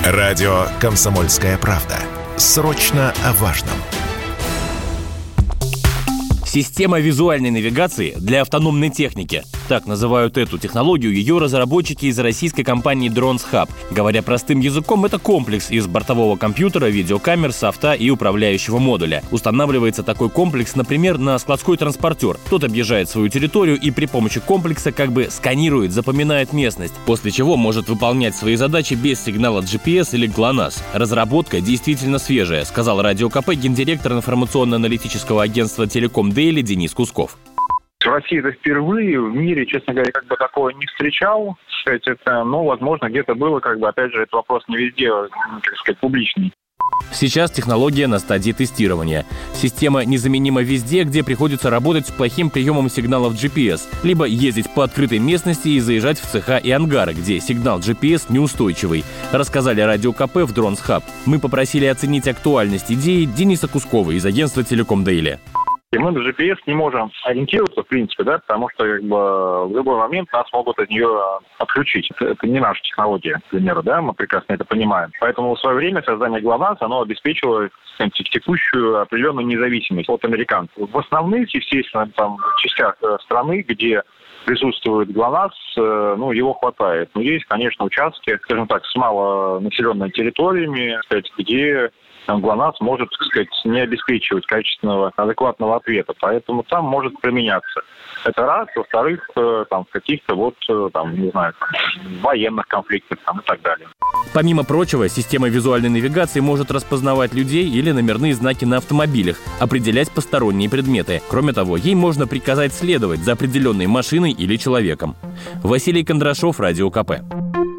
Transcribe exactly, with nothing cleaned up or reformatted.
Радио «Комсомольская правда». Срочно о важном. Система визуальной навигации для автономной техники. Так называют эту технологию ее разработчики из российской компании Drones Hub. Говоря простым языком, это комплекс из бортового компьютера, видеокамер, софта и управляющего модуля. Устанавливается такой комплекс, например, на складской транспортер. Тот объезжает свою территорию и при помощи комплекса как бы сканирует, запоминает местность, после чего может выполнять свои задачи без сигнала джи пи эс или ГЛОНАСС. Разработка действительно свежая, сказал Радио КП гендиректор информационно-аналитического агентства «Телеком Дейли» Денис Кусков. В России это впервые, в мире, честно говоря, как бы такого не встречал. Это, ну, возможно, где-то было, как бы, опять же, этот вопрос не везде, как сказать, публичный. Сейчас технология на стадии тестирования. Система незаменима везде, где приходится работать с плохим приемом сигналов джи пи эс, либо ездить по открытой местности и заезжать в цеха и ангары, где сигнал джи пи эс неустойчивый, рассказали Радио КП в Drones Hub. Мы попросили оценить актуальность идеи Дениса Кускова из агентства «Телеком Дейли». И мы на джи пи эс не можем ориентироваться, в принципе, да, потому что как бы, в любой момент нас могут от нее отключить. Это, это не наша технология, к примеру, да, мы прекрасно это понимаем. Поэтому в свое время создание ГЛОНАСС, оно обеспечило текущую определенную независимость от американцев. В основных, естественно, там, частях страны, где присутствует ГЛОНАСС, ну, его хватает. Но есть, конечно, участки, скажем так, с малонаселенными территориями, где там ГЛОНАСС может, так сказать, не обеспечивать качественного, адекватного ответа. Поэтому там может применяться. Это раз. Во-вторых, там, в каких-то вот, там, не знаю, военных конфликтах там, и так далее. Помимо прочего, система визуальной навигации может распознавать людей или номерные знаки на автомобилях, определять посторонние предметы. Кроме того, ей можно приказать следовать за определенной машиной или человеком. Василий Кондрашов, Радио КП.